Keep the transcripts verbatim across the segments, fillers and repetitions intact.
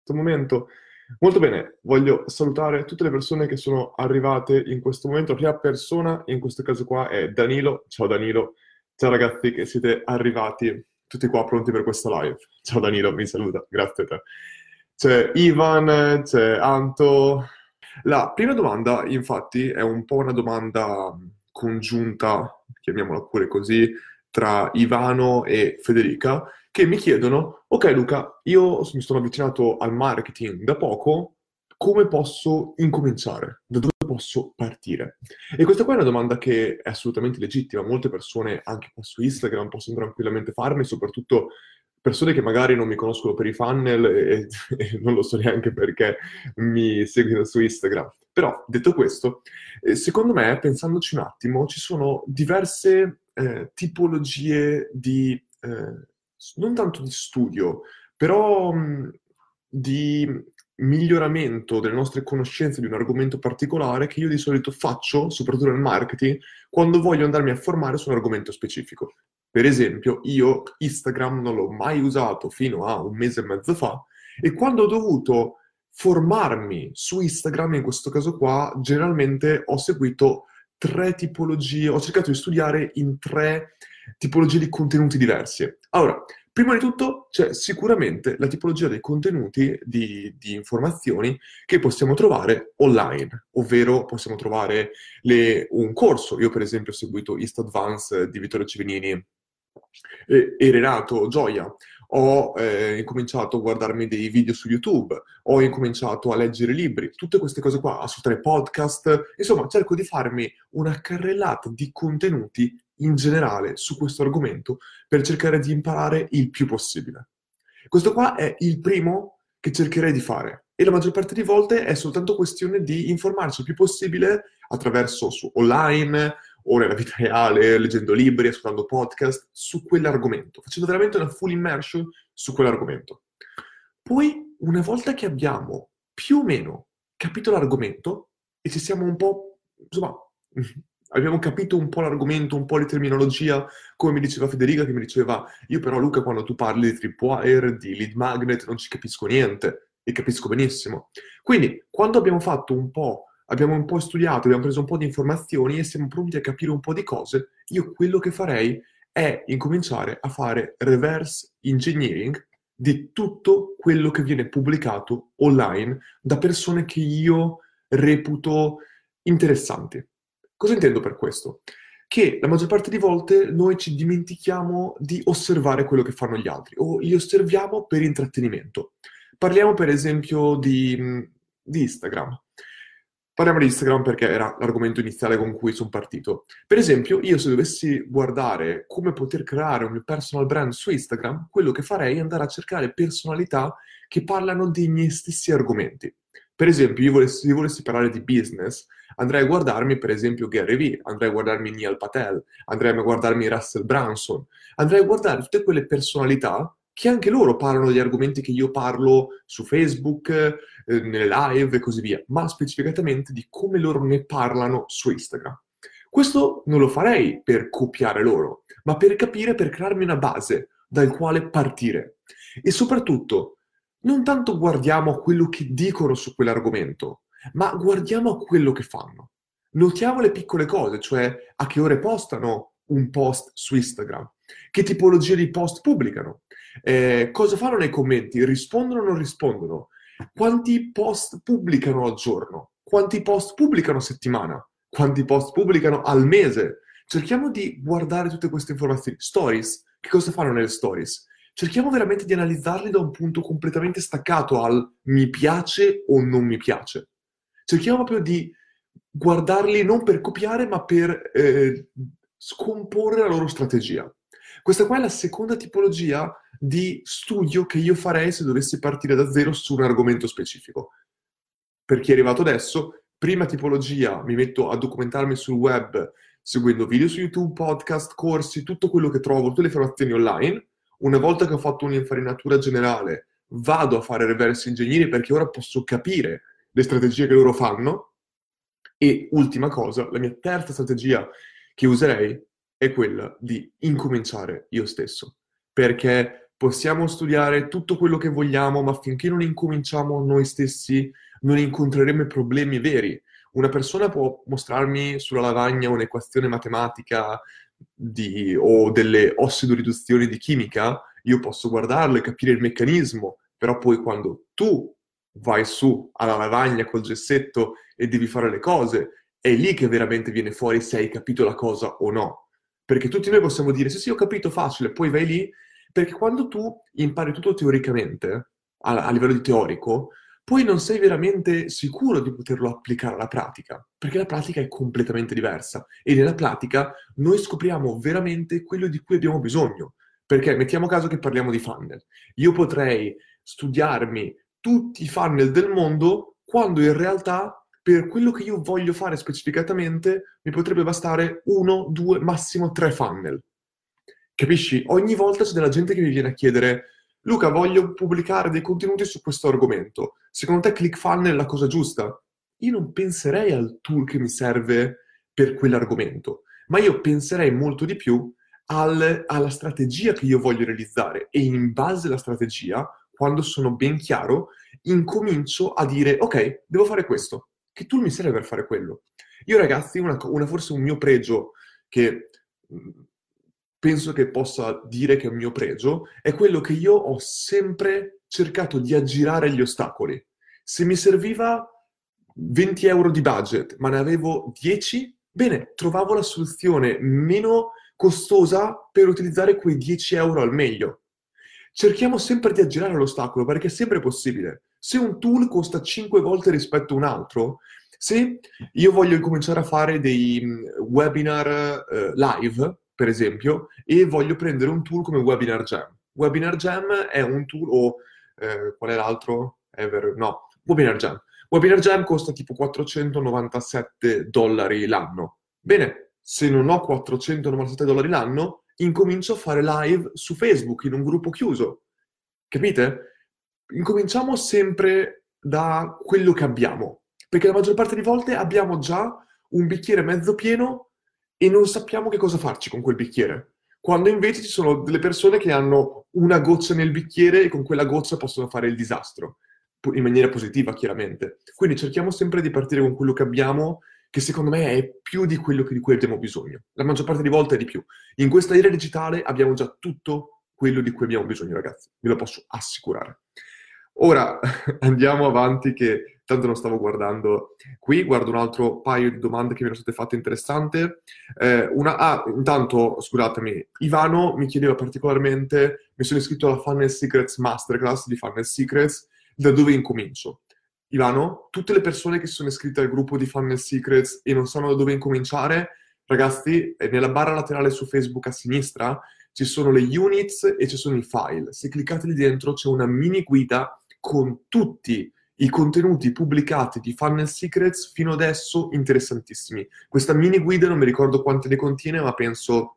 questo momento. Molto bene, voglio salutare tutte le persone che sono arrivate in questo momento. La prima persona in questo caso qua è Danilo. Ciao Danilo, ciao ragazzi che siete arrivati tutti qua pronti per questa live. Ciao Danilo, mi saluta, grazie a te. C'è Ivan, c'è Anto. La prima domanda, infatti, è un po' una domanda congiunta, chiamiamola pure così, tra Ivano e Federica, che mi chiedono, ok Luca, io mi sono avvicinato al marketing da poco, come posso incominciare? Da dove posso partire? E questa qua è una domanda che è assolutamente legittima, molte persone anche qua su Instagram possono tranquillamente farmi, soprattutto persone che magari non mi conoscono per i funnel e, e non lo so neanche perché mi seguono su Instagram. Però, detto questo, eh, secondo me, pensandoci un attimo, ci sono diverse eh, tipologie di, eh, non tanto di studio, però mh, di miglioramento delle nostre conoscenze di un argomento particolare che io di solito faccio, soprattutto nel marketing, quando voglio andarmi a formare su un argomento specifico. Per esempio, io Instagram non l'ho mai usato fino a un mese e mezzo fa e quando ho dovuto formarmi su Instagram, in questo caso qua, generalmente ho seguito tre tipologie, ho cercato di studiare in tre tipologie di contenuti diversi. Allora, prima di tutto c'è sicuramente la tipologia dei contenuti di, di informazioni che possiamo trovare online, ovvero possiamo trovare le- un corso. Io per esempio ho seguito East Advance di Vittorio Civenini e, e Renato Gioia. Ho eh, incominciato a guardarmi dei video su YouTube, ho incominciato a leggere libri, tutte queste cose qua, ascoltare podcast, insomma cerco di farmi una carrellata di contenuti in generale su questo argomento per cercare di imparare il più possibile. Questo qua è il primo che cercherei di fare e la maggior parte di volte è soltanto questione di informarci il più possibile attraverso su online o nella vita reale, leggendo libri, ascoltando podcast su quell'argomento, facendo veramente una full immersion su quell'argomento. Poi, una volta che abbiamo più o meno capito l'argomento e ci siamo un po', insomma, abbiamo capito un po' l'argomento, un po' di terminologia, come mi diceva Federica, che mi diceva, io però Luca, quando tu parli di tripwire, di lead magnet, non ci capisco niente, e capisco benissimo. Quindi, quando abbiamo fatto un po', abbiamo un po' studiato, abbiamo preso un po' di informazioni e siamo pronti a capire un po' di cose, io quello che farei è incominciare a fare reverse engineering di tutto quello che viene pubblicato online da persone che io reputo interessanti. Cosa intendo per questo? Che la maggior parte di volte noi ci dimentichiamo di osservare quello che fanno gli altri o li osserviamo per intrattenimento. Parliamo per esempio di, mh, di Instagram. Parliamo di Instagram perché era l'argomento iniziale con cui sono partito. Per esempio, io se dovessi guardare come poter creare un mio personal brand su Instagram, quello che farei è andare a cercare personalità che parlano dei miei stessi argomenti. Per esempio, io volessi, io volessi parlare di business, andrei a guardarmi per esempio Gary Vee, andrei a guardarmi Neil Patel, andrei a guardarmi Russell Brunson, andrei a guardare tutte quelle personalità che anche loro parlano degli argomenti che io parlo su Facebook, eh, nelle live e così via, ma specificatamente di come loro ne parlano su Instagram. Questo non lo farei per copiare loro, ma per capire, per crearmi una base dal quale partire. E soprattutto, non tanto guardiamo a quello che dicono su quell'argomento, ma guardiamo a quello che fanno. Notiamo le piccole cose, cioè a che ore postano un post su Instagram, che tipologia di post pubblicano, eh, cosa fanno nei commenti, rispondono o non rispondono, quanti post pubblicano al giorno, quanti post pubblicano a settimana, quanti post pubblicano al mese. Cerchiamo di guardare tutte queste informazioni. Stories, che cosa fanno nelle stories? Cerchiamo veramente di analizzarli da un punto completamente staccato al mi piace o non mi piace. Cerchiamo proprio di guardarli non per copiare, ma per eh, scomporre la loro strategia. Questa qua è la seconda tipologia di studio che io farei se dovessi partire da zero su un argomento specifico. Per chi è arrivato adesso, prima tipologia, mi metto a documentarmi sul web seguendo video su YouTube, podcast, corsi, tutto quello che trovo, tutte le informazioni online. Una volta che ho fatto un'infarinatura generale, vado a fare reverse engineering perché ora posso capire le strategie che loro fanno. E ultima cosa, la mia terza strategia che userei è quella di incominciare io stesso. Perché possiamo studiare tutto quello che vogliamo, ma finché non incominciamo noi stessi, non incontreremo i problemi veri. Una persona può mostrarmi sulla lavagna un'equazione matematica di- o delle ossidoriduzioni di chimica, io posso guardarlo e capire il meccanismo, però poi quando tu vai su alla lavagna col gessetto e devi fare le cose, è lì che veramente viene fuori se hai capito la cosa o no. Perché tutti noi possiamo dire, sì, sì, ho capito, facile, poi vai lì, perché quando tu impari tutto teoricamente, a, a livello di teorico, poi non sei veramente sicuro di poterlo applicare alla pratica, perché la pratica è completamente diversa e nella pratica noi scopriamo veramente quello di cui abbiamo bisogno. Perché mettiamo caso che parliamo di funnel. Io potrei studiarmi tutti i funnel del mondo quando in realtà per quello che io voglio fare specificatamente mi potrebbe bastare uno, due, massimo tre funnel. Capisci? Ogni volta c'è della gente che mi viene a chiedere Luca, voglio pubblicare dei contenuti su questo argomento. Secondo te ClickFunnels è la cosa giusta? Io non penserei al tool che mi serve per quell'argomento, ma io penserei molto di più al- alla strategia che io voglio realizzare e in base alla strategia, quando sono ben chiaro, incomincio a dire ok, devo fare questo. Che tool mi serve per fare quello? Io ragazzi, una, una- forse un mio pregio che mh, penso che possa dire che è un mio pregio, è quello che io ho sempre cercato di aggirare gli ostacoli. Se mi serviva venti euro di budget, ma ne avevo dieci, bene, trovavo la soluzione meno costosa per utilizzare quei dieci euro al meglio. Cerchiamo sempre di aggirare l'ostacolo perché è sempre possibile. Se un tool costa cinque volte rispetto a un altro, se io voglio cominciare a fare dei mh, webinar eh, live, per esempio, e voglio prendere un tool come Webinar Jam. Webinar Jam è un tool, o eh, qual è l'altro? Ever, no, Webinar Jam. Webinar Jam costa tipo quattrocentonovantasette dollari l'anno. Bene, se non ho quattrocentonovantasette dollari l'anno, incomincio a fare live su Facebook in un gruppo chiuso. Capite? Incominciamo sempre da quello che abbiamo, perché la maggior parte delle volte abbiamo già un bicchiere mezzo pieno e non sappiamo che cosa farci con quel bicchiere. Quando invece ci sono delle persone che hanno una goccia nel bicchiere e con quella goccia possono fare il disastro, in maniera positiva chiaramente. Quindi cerchiamo sempre di partire con quello che abbiamo, che secondo me è più di quello di cui abbiamo bisogno. La maggior parte delle volte è di più. In questa era digitale abbiamo già tutto quello di cui abbiamo bisogno, ragazzi. Ve lo posso assicurare. Ora andiamo avanti che tanto non stavo guardando qui, guardo un altro paio di domande che mi erano state fatte interessante. Eh, una, ah, intanto, scusatemi, Ivano mi chiedeva particolarmente, mi sono iscritto alla Funnel Secrets Masterclass di Funnel Secrets, da dove incomincio? Ivano, tutte le persone che sono iscritte al gruppo di Funnel Secrets e non sanno da dove incominciare, ragazzi, nella barra laterale su Facebook a sinistra ci sono le units e ci sono i file. Se cliccate lì dentro c'è una mini guida con tutti i contenuti pubblicati di Funnel Secrets fino adesso interessantissimi. Questa mini guida non mi ricordo quante ne contiene, ma penso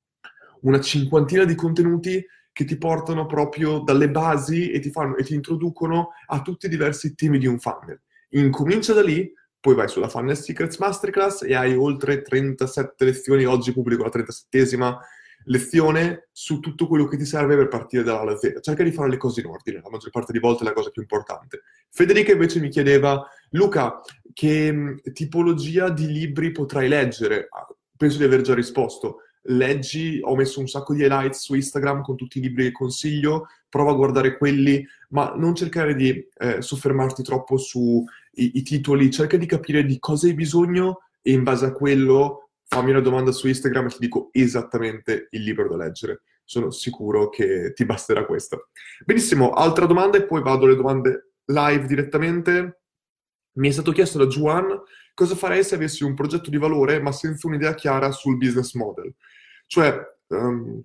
una cinquantina di contenuti che ti portano proprio dalle basi e ti, fanno, e ti introducono a tutti i diversi temi di un funnel. Incomincia da lì, poi vai sulla Funnel Secrets Masterclass e hai oltre trentasette lezioni, oggi pubblico la trentasettesima lezione su tutto quello che ti serve per partire dalla zero. Cerca di fare le cose in ordine, la maggior parte delle volte è la cosa più importante. Federica invece mi chiedeva, Luca, che mh, tipologia di libri potrai leggere? Ah, penso di aver già risposto. Leggi, ho messo un sacco di highlights su Instagram con tutti i libri che consiglio, prova a guardare quelli, ma non cercare di eh, soffermarti troppo sui i titoli, cerca di capire di cosa hai bisogno e in base a quello fammi una domanda su Instagram e ti dico esattamente il libro da leggere. Sono sicuro che ti basterà questo. Benissimo, altra domanda e poi vado alle domande live direttamente. Mi è stato chiesto da Juan cosa farei se avessi un progetto di valore ma senza un'idea chiara sul business model. Cioè, um,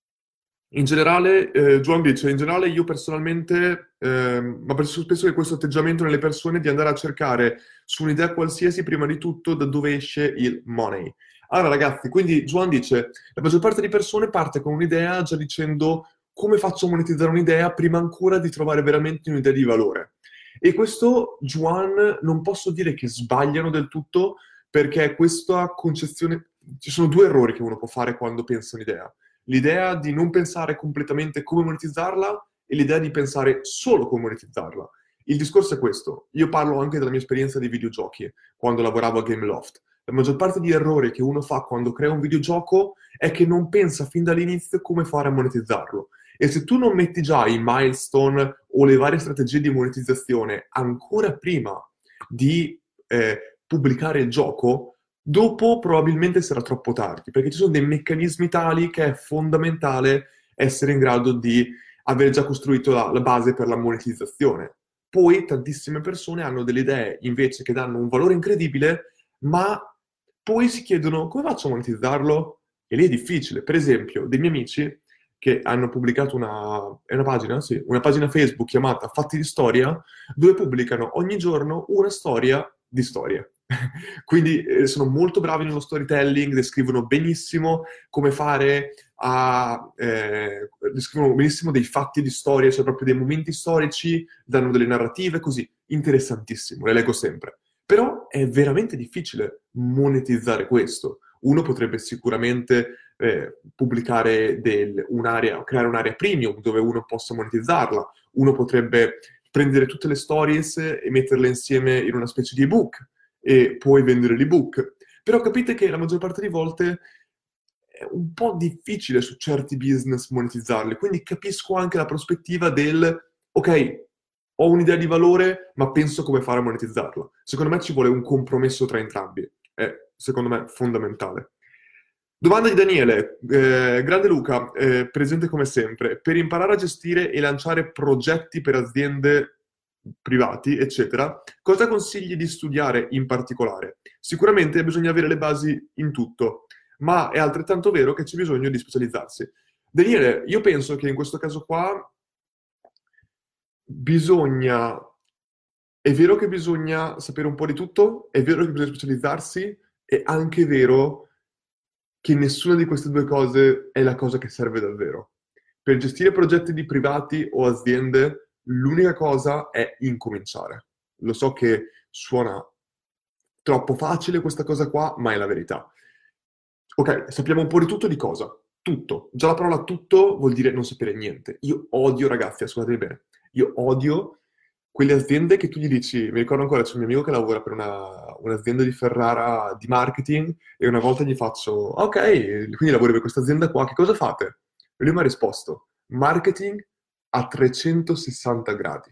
in generale, eh, Juan dice, in generale io personalmente, ehm, ma penso, penso che questo atteggiamento nelle persone di andare a cercare su un'idea qualsiasi, prima di tutto, da dove esce il money. Allora ragazzi, quindi Juan dice, la maggior parte di persone parte con un'idea già dicendo come faccio a monetizzare un'idea prima ancora di trovare veramente un'idea di valore. E questo, Juan, non posso dire che sbagliano del tutto, perché questa concezione... Ci sono due errori che uno può fare quando pensa un'idea. l'idea di non pensare completamente come monetizzarla e l'idea di pensare solo come monetizzarla. Il discorso è questo. Io parlo anche della mia esperienza di videogiochi, quando lavoravo a Gameloft. La maggior parte degli errori che uno fa quando crea un videogioco è che non pensa fin dall'inizio come fare a monetizzarlo. E se tu non metti già i milestone o le varie strategie di monetizzazione ancora prima di eh, pubblicare il gioco, dopo probabilmente sarà troppo tardi, perché ci sono dei meccanismi tali che è fondamentale essere in grado di aver già costruito la, la base per la monetizzazione. Poi tantissime persone hanno delle idee invece che danno un valore incredibile, ma poi si chiedono come faccio a monetizzarlo? E lì è difficile. Per esempio, dei miei amici che hanno pubblicato una, è una pagina, sì, una pagina Facebook chiamata Fatti di Storia, dove pubblicano ogni giorno una storia di storie. Quindi eh, sono molto bravi nello storytelling, descrivono benissimo come fare a... Eh, descrivono benissimo dei fatti di storia, cioè proprio dei momenti storici, danno delle narrative, così, interessantissimo, le leggo sempre. Però è veramente difficile monetizzare questo. Uno potrebbe sicuramente eh, pubblicare del, un'area, creare un'area premium dove uno possa monetizzarla. Uno potrebbe prendere tutte le stories e metterle insieme in una specie di ebook e poi vendere l'ebook. Però capite che la maggior parte delle volte è un po' difficile su certi business monetizzarli, quindi capisco anche la prospettiva del ok, ho un'idea di valore, ma penso come fare a monetizzarla. Secondo me ci vuole un compromesso tra entrambi. È, secondo me, fondamentale. Domanda di Daniele. Eh, grande Luca, eh, presente come sempre. Per imparare a gestire e lanciare progetti per aziende privati, eccetera, cosa consigli di studiare in particolare? Sicuramente bisogna avere le basi in tutto, ma è altrettanto vero che c'è bisogno di specializzarsi. Daniele, io penso che in questo caso qua bisogna... È vero che bisogna sapere un po' di tutto, è vero che bisogna specializzarsi, è anche vero che nessuna di queste due cose è la cosa che serve davvero. Per gestire progetti di privati o aziende, l'unica cosa è incominciare. Lo so che suona troppo facile questa cosa qua, ma è la verità. Ok, sappiamo un po' di tutto di cosa? Tutto. Già la parola tutto vuol dire non sapere niente. Io odio, ragazzi, ascoltatemi bene, io odio quelle aziende che tu gli dici, mi ricordo ancora, c'è un mio amico che lavora per una, un'azienda di Ferrara di marketing e una volta gli faccio, ok, quindi lavori per questa azienda qua, che cosa fate? E lui mi ha risposto, marketing a trecentosessanta gradi.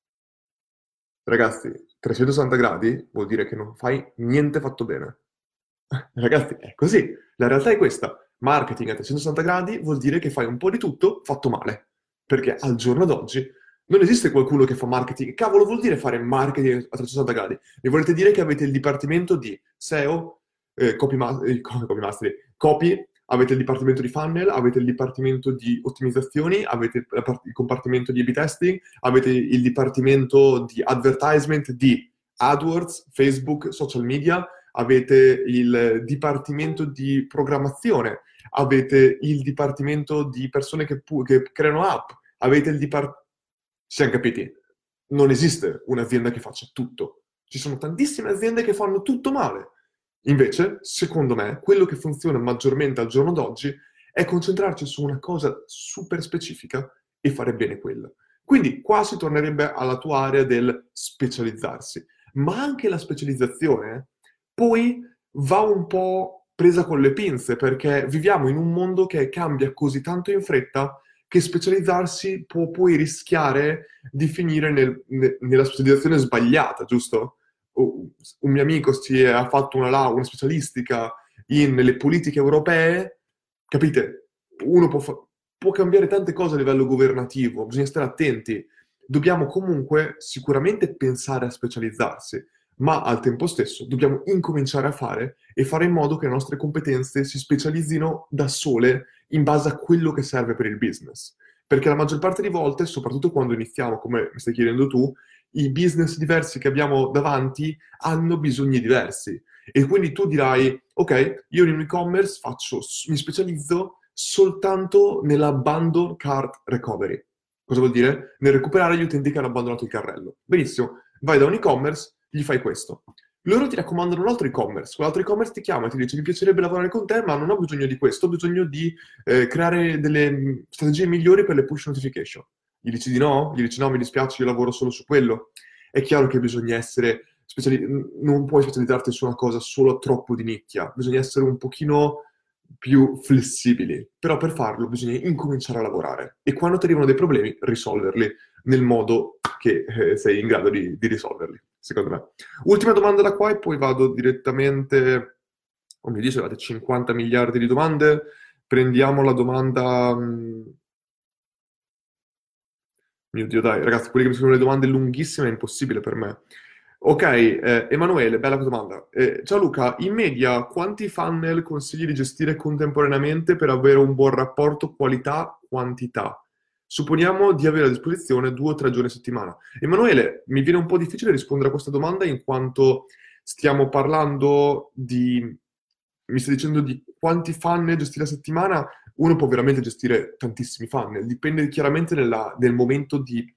Ragazzi, trecentosessanta gradi vuol dire che non fai niente fatto bene. Ragazzi, è così. La realtà è questa. Marketing a trecentosessanta gradi vuol dire che fai un po' di tutto fatto male. Perché al giorno d'oggi non esiste qualcuno che fa marketing. Cavolo, vuol dire fare marketing a trecentosessanta gradi? Mi volete dire che avete il dipartimento di S E O, eh, copy, ma- eh, copy, mastery, copy, avete il dipartimento di funnel, avete il dipartimento di ottimizzazioni, avete il, part- il compartimento di A B testing, avete il dipartimento di advertisement di AdWords, Facebook, social media, avete il dipartimento di programmazione, avete il dipartimento di persone che, pu- che creano app, avete il dipartimento... Ci siamo capiti? Non esiste un'azienda che faccia tutto. Ci sono tantissime aziende che fanno tutto male. Invece, secondo me, quello che funziona maggiormente al giorno d'oggi è concentrarci su una cosa super specifica e fare bene quella. Quindi qua si tornerebbe alla tua area del specializzarsi, ma anche la specializzazione poi va un po' presa con le pinze perché viviamo in un mondo che cambia così tanto in fretta che specializzarsi può poi rischiare di finire nel- ne- nella specializzazione sbagliata, giusto? O- Un mio amico si è, ha fatto una, lau- una specialistica in- nelle politiche europee, capite? Uno può, fa- può cambiare tante cose a livello governativo, bisogna stare attenti. Dobbiamo comunque sicuramente pensare a specializzarsi, ma al tempo stesso dobbiamo incominciare a fare e fare in modo che le nostre competenze si specializzino da sole in base a quello che serve per il business. Perché la maggior parte di volte, soprattutto quando iniziamo, come mi stai chiedendo tu, i business diversi che abbiamo davanti hanno bisogni diversi. E quindi tu dirai, ok, io in un e-commerce faccio, mi specializzo soltanto nell'abandon cart recovery. Cosa vuol dire? Nel recuperare gli utenti che hanno abbandonato il carrello. Benissimo, vai da un e-commerce, gli fai questo. loro ti raccomandano un altro e-commerce, quell'altro e-commerce ti chiama e ti dice mi piacerebbe lavorare con te, ma non ho bisogno di questo, ho bisogno di eh, creare delle strategie migliori per le push notification. Gli dici di no? Gli dici no, mi dispiace, io lavoro solo su quello. È chiaro che bisogna essere speciali- non puoi specializzarti su una cosa solo troppo di nicchia, bisogna essere un pochino più flessibili, però per farlo bisogna incominciare a lavorare e quando ti arrivano dei problemi risolverli nel modo che eh, sei in grado di, di risolverli, secondo me. Ultima domanda da qua e poi vado direttamente, oh mio Dio, sono arrivate cinquanta miliardi di domande, prendiamo la domanda... mh, Mio Dio, dai, ragazzi, quelli che mi sono le domande lunghissime è impossibile per me. Ok, eh, Emanuele, bella domanda. Eh, ciao Luca, in media quanti funnel consigli di gestire contemporaneamente per avere un buon rapporto qualità-quantità? Supponiamo di avere a disposizione due o tre giorni a settimana. Emanuele, mi viene un po' difficile rispondere a questa domanda in quanto stiamo parlando di... Mi stai dicendo di quanti funnel gestire a settimana? Uno può veramente gestire tantissimi funnel, dipende chiaramente nella- del momento di...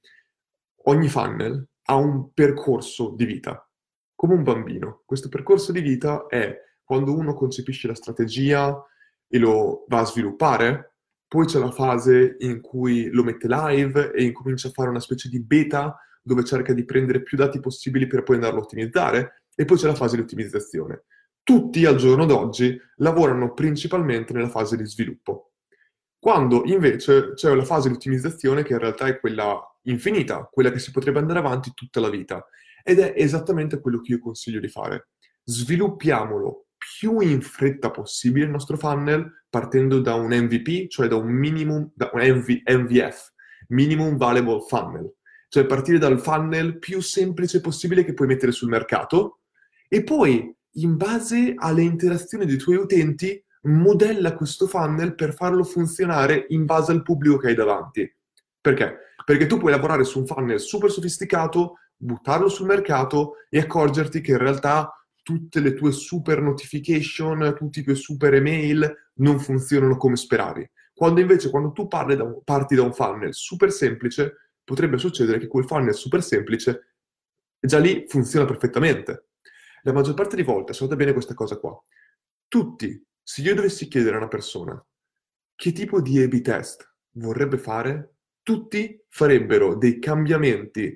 Ogni funnel ha un percorso di vita, come un bambino. Questo percorso di vita è quando uno concepisce la strategia e lo va a sviluppare, poi c'è la fase in cui lo mette live e incomincia a fare una specie di beta dove cerca di prendere più dati possibili per poi andarlo a ottimizzare, e poi c'è la fase di ottimizzazione. Tutti al giorno d'oggi lavorano principalmente nella fase di sviluppo. Quando invece c'è la fase di ottimizzazione che in realtà è quella infinita, quella che si potrebbe andare avanti tutta la vita. Ed è esattamente quello che io consiglio di fare. Sviluppiamolo più in fretta possibile il nostro funnel, partendo da un M V P, cioè da un minimum, da un M V, M V F, Minimum Valuable Funnel. Cioè partire dal funnel più semplice possibile che puoi mettere sul mercato e poi, in base alle interazioni dei tuoi utenti, modella questo funnel per farlo funzionare in base al pubblico che hai davanti. Perché? Perché tu puoi lavorare su un funnel super sofisticato, buttarlo sul mercato e accorgerti che in realtà tutte le tue super notification, tutti i tuoi super email non funzionano come speravi. Quando invece, quando tu parli da un- parti da un funnel super semplice, potrebbe succedere che quel funnel super semplice già lì funziona perfettamente. La maggior parte di volte, ascolta bene questa cosa qua, tutti, se io dovessi chiedere a una persona che tipo di A B test vorrebbe fare, tutti farebbero dei cambiamenti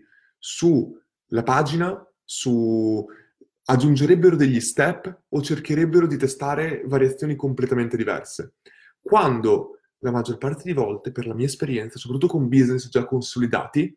sulla pagina, su... aggiungerebbero degli step o cercherebbero di testare variazioni completamente diverse. Quando la maggior parte di volte, per la mia esperienza, soprattutto con business già consolidati,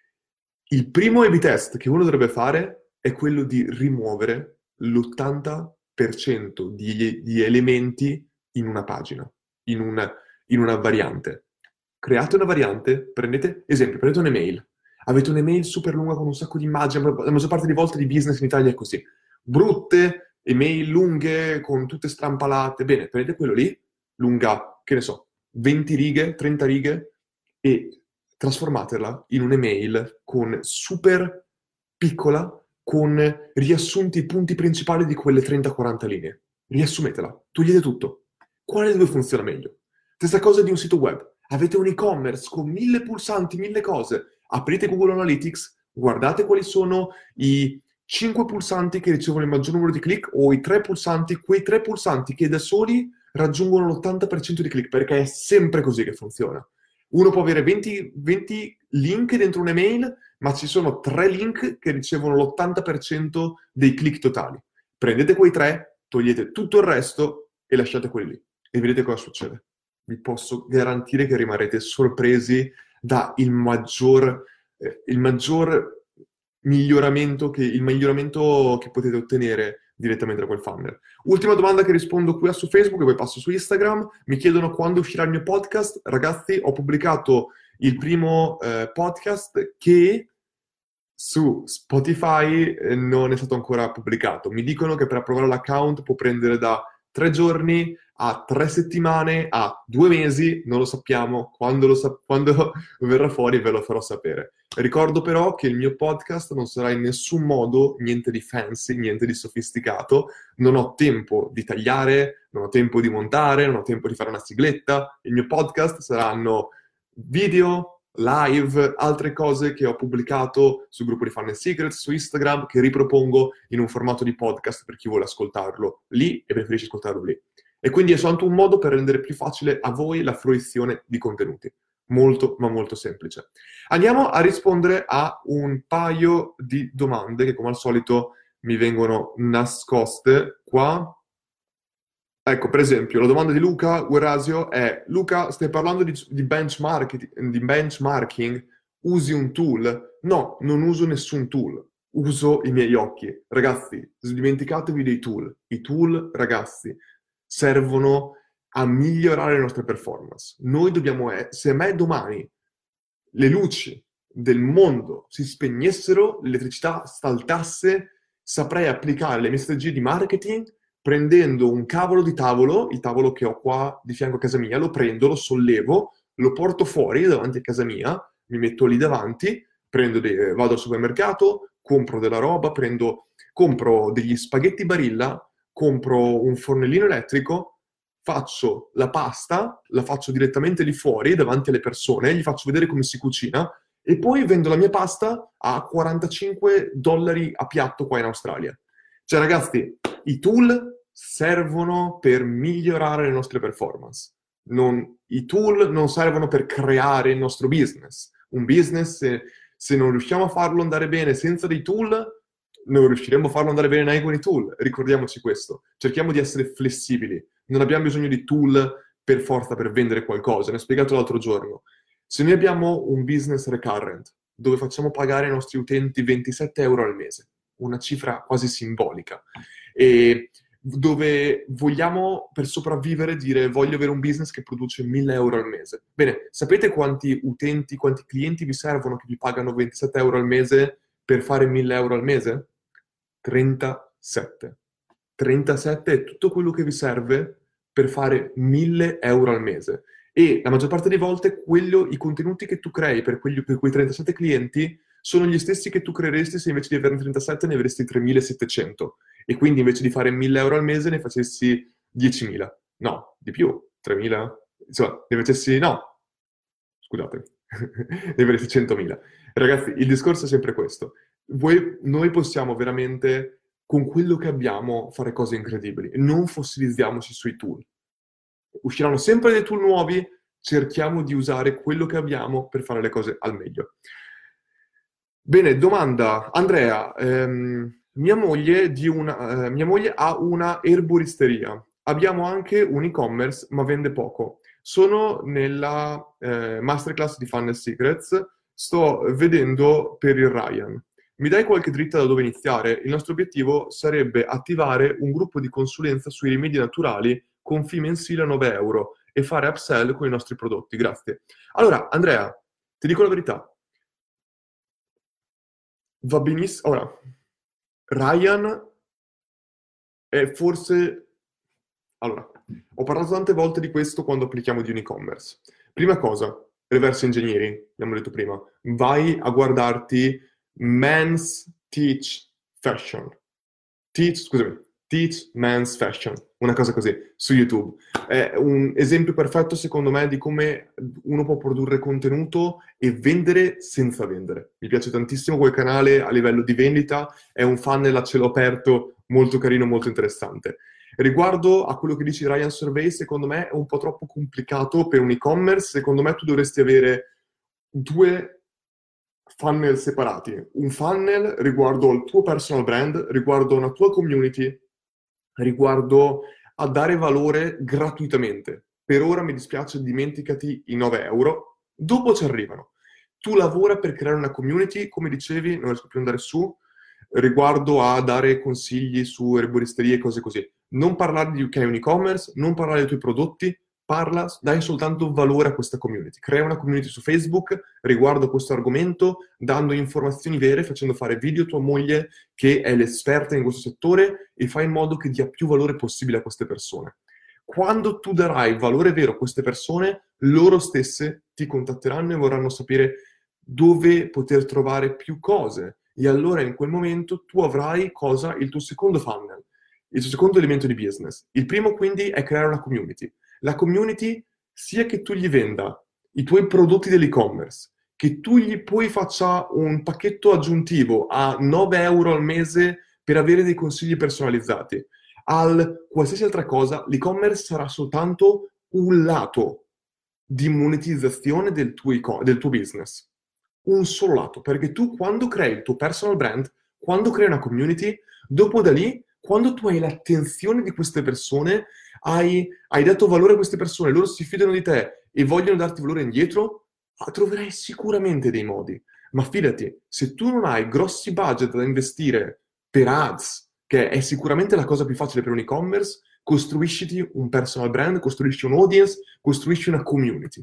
il primo A B test che uno dovrebbe fare è quello di rimuovere l'ottanta per cento di, di elementi in una pagina, in una, in una variante. Create una variante, prendete, esempio, prendete un'email. Avete un'email super lunga con un sacco di immagini, la maggior parte di volte di business in Italia è così. Brutte, email lunghe, con tutte strampalate. Bene, prendete quello lì, lunga, che ne so, venti righe, trenta righe, e trasformatela in un'email con super piccola, con riassunti i punti principali di quelle trenta quaranta linee. Riassumetela, togliete tutto. Quale dei due funziona meglio? Stessa cosa di un sito web. Avete un e-commerce con mille pulsanti, mille cose. Aprite Google Analytics, guardate quali sono i cinque pulsanti che ricevono il maggior numero di click o i tre pulsanti, quei tre pulsanti che da soli raggiungono l'ottanta per cento di click, perché è sempre così che funziona. Uno può avere venti, venti link dentro un'email, ma ci sono tre link che ricevono l'ottanta per cento dei click totali. Prendete quei tre, togliete tutto il resto e lasciate quelli lì. E vedete cosa succede. Vi posso garantire che rimarrete sorpresi da il maggior, eh, il maggior miglioramento che, il miglioramento che potete ottenere direttamente da quel funnel. Ultima domanda che rispondo qui su Facebook e poi passo su Instagram. Mi chiedono quando uscirà il mio podcast. Ragazzi, ho pubblicato il primo eh, podcast che su Spotify eh, non è stato ancora pubblicato. Mi dicono che per approvare l'account può prendere da tre giorni a tre settimane a due mesi, non lo sappiamo. Quando, lo sa- quando verrà fuori ve lo farò sapere. Ricordo però che il mio podcast non sarà in nessun modo niente di fancy, niente di sofisticato. Non ho tempo di tagliare, non ho tempo di montare, non ho tempo di fare una sigletta. Il mio podcast saranno video live, altre cose che ho pubblicato sul gruppo di Funnel Secrets, su Instagram, che ripropongo in un formato di podcast per chi vuole ascoltarlo lì e preferisce ascoltarlo lì. E quindi è soltanto un modo per rendere più facile a voi la fruizione di contenuti. Molto, ma molto semplice. Andiamo a rispondere a un paio di domande che, come al solito, mi vengono nascoste qua. Ecco, per esempio, la domanda di Luca Guerrasio è: Luca, stai parlando di, di, benchmark, di benchmarking? Usi un tool? No, non uso nessun tool. Uso i miei occhi. Ragazzi, dimenticatevi dei tool. I tool, ragazzi, servono a migliorare le nostre performance. Noi dobbiamo, se a me domani le luci del mondo si spegnessero, l'elettricità saltasse, saprei applicare le mie strategie di marketing prendendo un cavolo di tavolo, il tavolo che ho qua di fianco a casa mia, lo prendo, lo sollevo, lo porto fuori davanti a casa mia, mi metto lì davanti, prendo dei, vado al supermercato, compro della roba, prendo, compro degli spaghetti Barilla, compro un fornellino elettrico, faccio la pasta, la faccio direttamente lì fuori davanti alle persone, gli faccio vedere come si cucina e poi vendo la mia pasta a quarantacinque dollari a piatto qua in Australia. Cioè ragazzi, i tool servono per migliorare le nostre performance. Non, I tool non servono per creare il nostro business. Un business, se, se non riusciamo a farlo andare bene senza dei tool, non riusciremo a farlo andare bene neanche con i tool. Ricordiamoci questo. Cerchiamo di essere flessibili. Non abbiamo bisogno di tool per forza per vendere qualcosa. Ne ho spiegato l'altro giorno. Se noi abbiamo un business recurrent, dove facciamo pagare ai nostri utenti ventisette euro al mese, una cifra quasi simbolica, e dove vogliamo per sopravvivere dire voglio avere un business che produce mille euro al mese. Bene, sapete quanti utenti, quanti clienti vi servono che vi pagano ventisette euro al mese per fare mille euro al mese? trentasette. trentasette è tutto quello che vi serve per fare mille euro al mese. E la maggior parte delle volte quello, i contenuti che tu crei per, quelli, per quei trentasette clienti sono gli stessi che tu creeresti se invece di averne trentasette ne avresti tremilasettecento. E quindi invece di fare mille euro al mese ne facessi diecimila. No, di più, tremila. Insomma, ne facessi, no, scusate, ne avresti centomila. Ragazzi, il discorso è sempre questo. Voi, noi possiamo veramente, con quello che abbiamo, fare cose incredibili. Non fossilizziamoci sui tool. Usciranno sempre dei tool nuovi, cerchiamo di usare quello che abbiamo per fare le cose al meglio. Bene, domanda. Andrea, ehm, mia moglie, di una, eh, mia moglie ha una erboristeria. Abbiamo anche un e-commerce, ma vende poco. Sono nella eh, masterclass di Funnel Secrets, sto vedendo per il Ryan. Mi dai qualche dritta da dove iniziare? Il nostro obiettivo sarebbe attivare un gruppo di consulenza sui rimedi naturali con fee mensile a nove euro e fare upsell con i nostri prodotti. Grazie. Allora, Andrea, ti dico la verità. Va benissimo. Ora, Ryan è forse... Allora, ho parlato tante volte di questo quando applichiamo di un e-commerce. Prima cosa, reverse engineering, abbiamo detto prima. Vai a guardarti Men's Teach Fashion. Teach, scusami, Teach Men's Fashion, una cosa così, su YouTube. È un esempio perfetto, secondo me, di come uno può produrre contenuto e vendere senza vendere. Mi piace tantissimo quel canale a livello di vendita, è un funnel a cielo aperto molto carino, molto interessante. Riguardo a quello che dici Ryan Survey, secondo me è un po' troppo complicato per un e-commerce. Secondo me tu dovresti avere due funnel separati. Un funnel riguardo al tuo personal brand, riguardo a una tua community, riguardo a dare valore gratuitamente. Per ora mi dispiace, dimenticati i nove euro. Dopo ci arrivano. Tu lavora per creare una community, come dicevi, non riesco più ad andare su, riguardo a dare consigli su erboristerie e cose così. Non parlare di U K un e-commerce, non parlare dei tuoi prodotti, parla, dai soltanto valore a questa community. Crea una community su Facebook riguardo questo argomento, dando informazioni vere, facendo fare video a tua moglie che è l'esperta in questo settore e fai in modo che dia più valore possibile a queste persone. Quando tu darai valore vero a queste persone, loro stesse ti contatteranno e vorranno sapere dove poter trovare più cose. E allora in quel momento tu avrai cosa? Il tuo secondo funnel, il tuo secondo elemento di business. Il primo quindi è creare una community. La community, sia che tu gli venda i tuoi prodotti dell'e-commerce, che tu gli poi faccia un pacchetto aggiuntivo a nove euro al mese per avere dei consigli personalizzati, al qualsiasi altra cosa, l'e-commerce sarà soltanto un lato di monetizzazione del tuo, e- del tuo business. Un solo lato, perché tu quando crei il tuo personal brand, quando crei una community, dopo da lì, quando tu hai l'attenzione di queste persone, hai, hai dato valore a queste persone, loro si fidano di te e vogliono darti valore indietro, ah, troverai sicuramente dei modi. Ma fidati, se tu non hai grossi budget da investire per ads, che è sicuramente la cosa più facile per un e-commerce, costruisciti un personal brand, costruisci un audience, costruisci una community.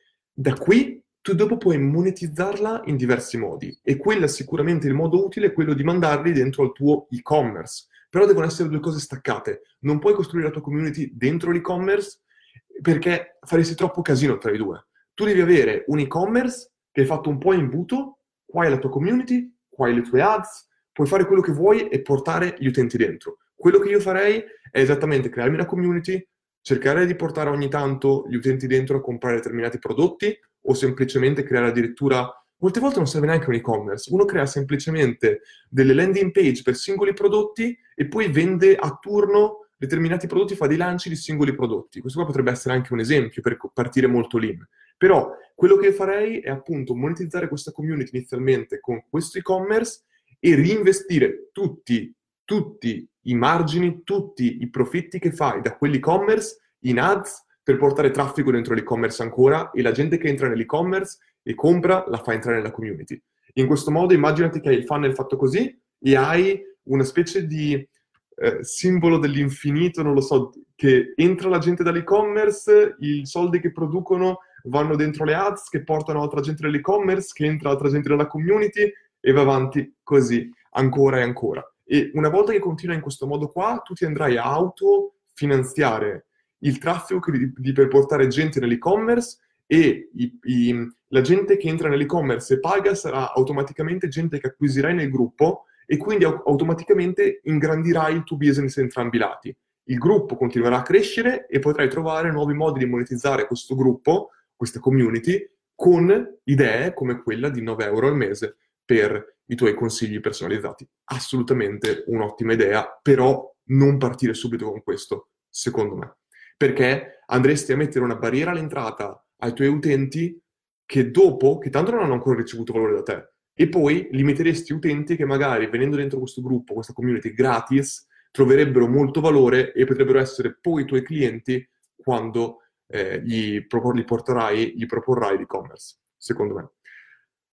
Da qui tu dopo puoi monetizzarla in diversi modi e quello è sicuramente il modo utile, è quello di mandarli dentro al tuo e-commerce. Però devono essere due cose staccate. Non puoi costruire la tua community dentro l'e-commerce perché faresti troppo casino tra i due. Tu devi avere un e-commerce che hai fatto un po' in imbuto, qua hai la tua community, qua hai le tue ads, puoi fare quello che vuoi e portare gli utenti dentro. Quello che io farei è esattamente crearmi una community, cercare di portare ogni tanto gli utenti dentro a comprare determinati prodotti o semplicemente creare addirittura... Molte volte non serve neanche un e-commerce, uno crea semplicemente delle landing page per singoli prodotti e poi vende a turno determinati prodotti, fa dei lanci di singoli prodotti. Questo qua potrebbe essere anche un esempio per partire molto lean. Però quello che farei è appunto monetizzare questa community inizialmente con questo e-commerce e reinvestire tutti, tutti i margini, tutti i profitti che fai da quell'e-commerce in ads per portare traffico dentro l'e-commerce ancora e la gente che entra nell'e-commerce e compra la fa entrare nella community. In questo modo immaginati che hai il funnel fatto così e hai una specie di eh, simbolo dell'infinito, non lo so, che entra la gente dall'e-commerce, i soldi che producono vanno dentro le ads, che portano altra gente nell'e-commerce, che entra altra gente nella community e va avanti così, ancora e ancora. E una volta che continua in questo modo qua, tu ti andrai a autofinanziare il traffico di, di, per portare gente nell'e-commerce e i, i, la gente che entra nell'e-commerce e paga sarà automaticamente gente che acquisirai nel gruppo e quindi au- automaticamente ingrandirai il tuo business entrambi i lati. Il gruppo continuerà a crescere e potrai trovare nuovi modi di monetizzare questo gruppo, questa community, con idee come quella di nove euro al mese per i tuoi consigli personalizzati. Assolutamente un'ottima idea, però non partire subito con questo, secondo me. Perché andresti a mettere una barriera all'entrata ai tuoi utenti che dopo, che tanto non hanno ancora ricevuto valore da te, e poi limiteresti utenti che magari venendo dentro questo gruppo, questa community gratis, troverebbero molto valore e potrebbero essere poi i tuoi clienti quando eh, gli, propor- gli porterai, gli proporrai l'e-commerce, secondo me.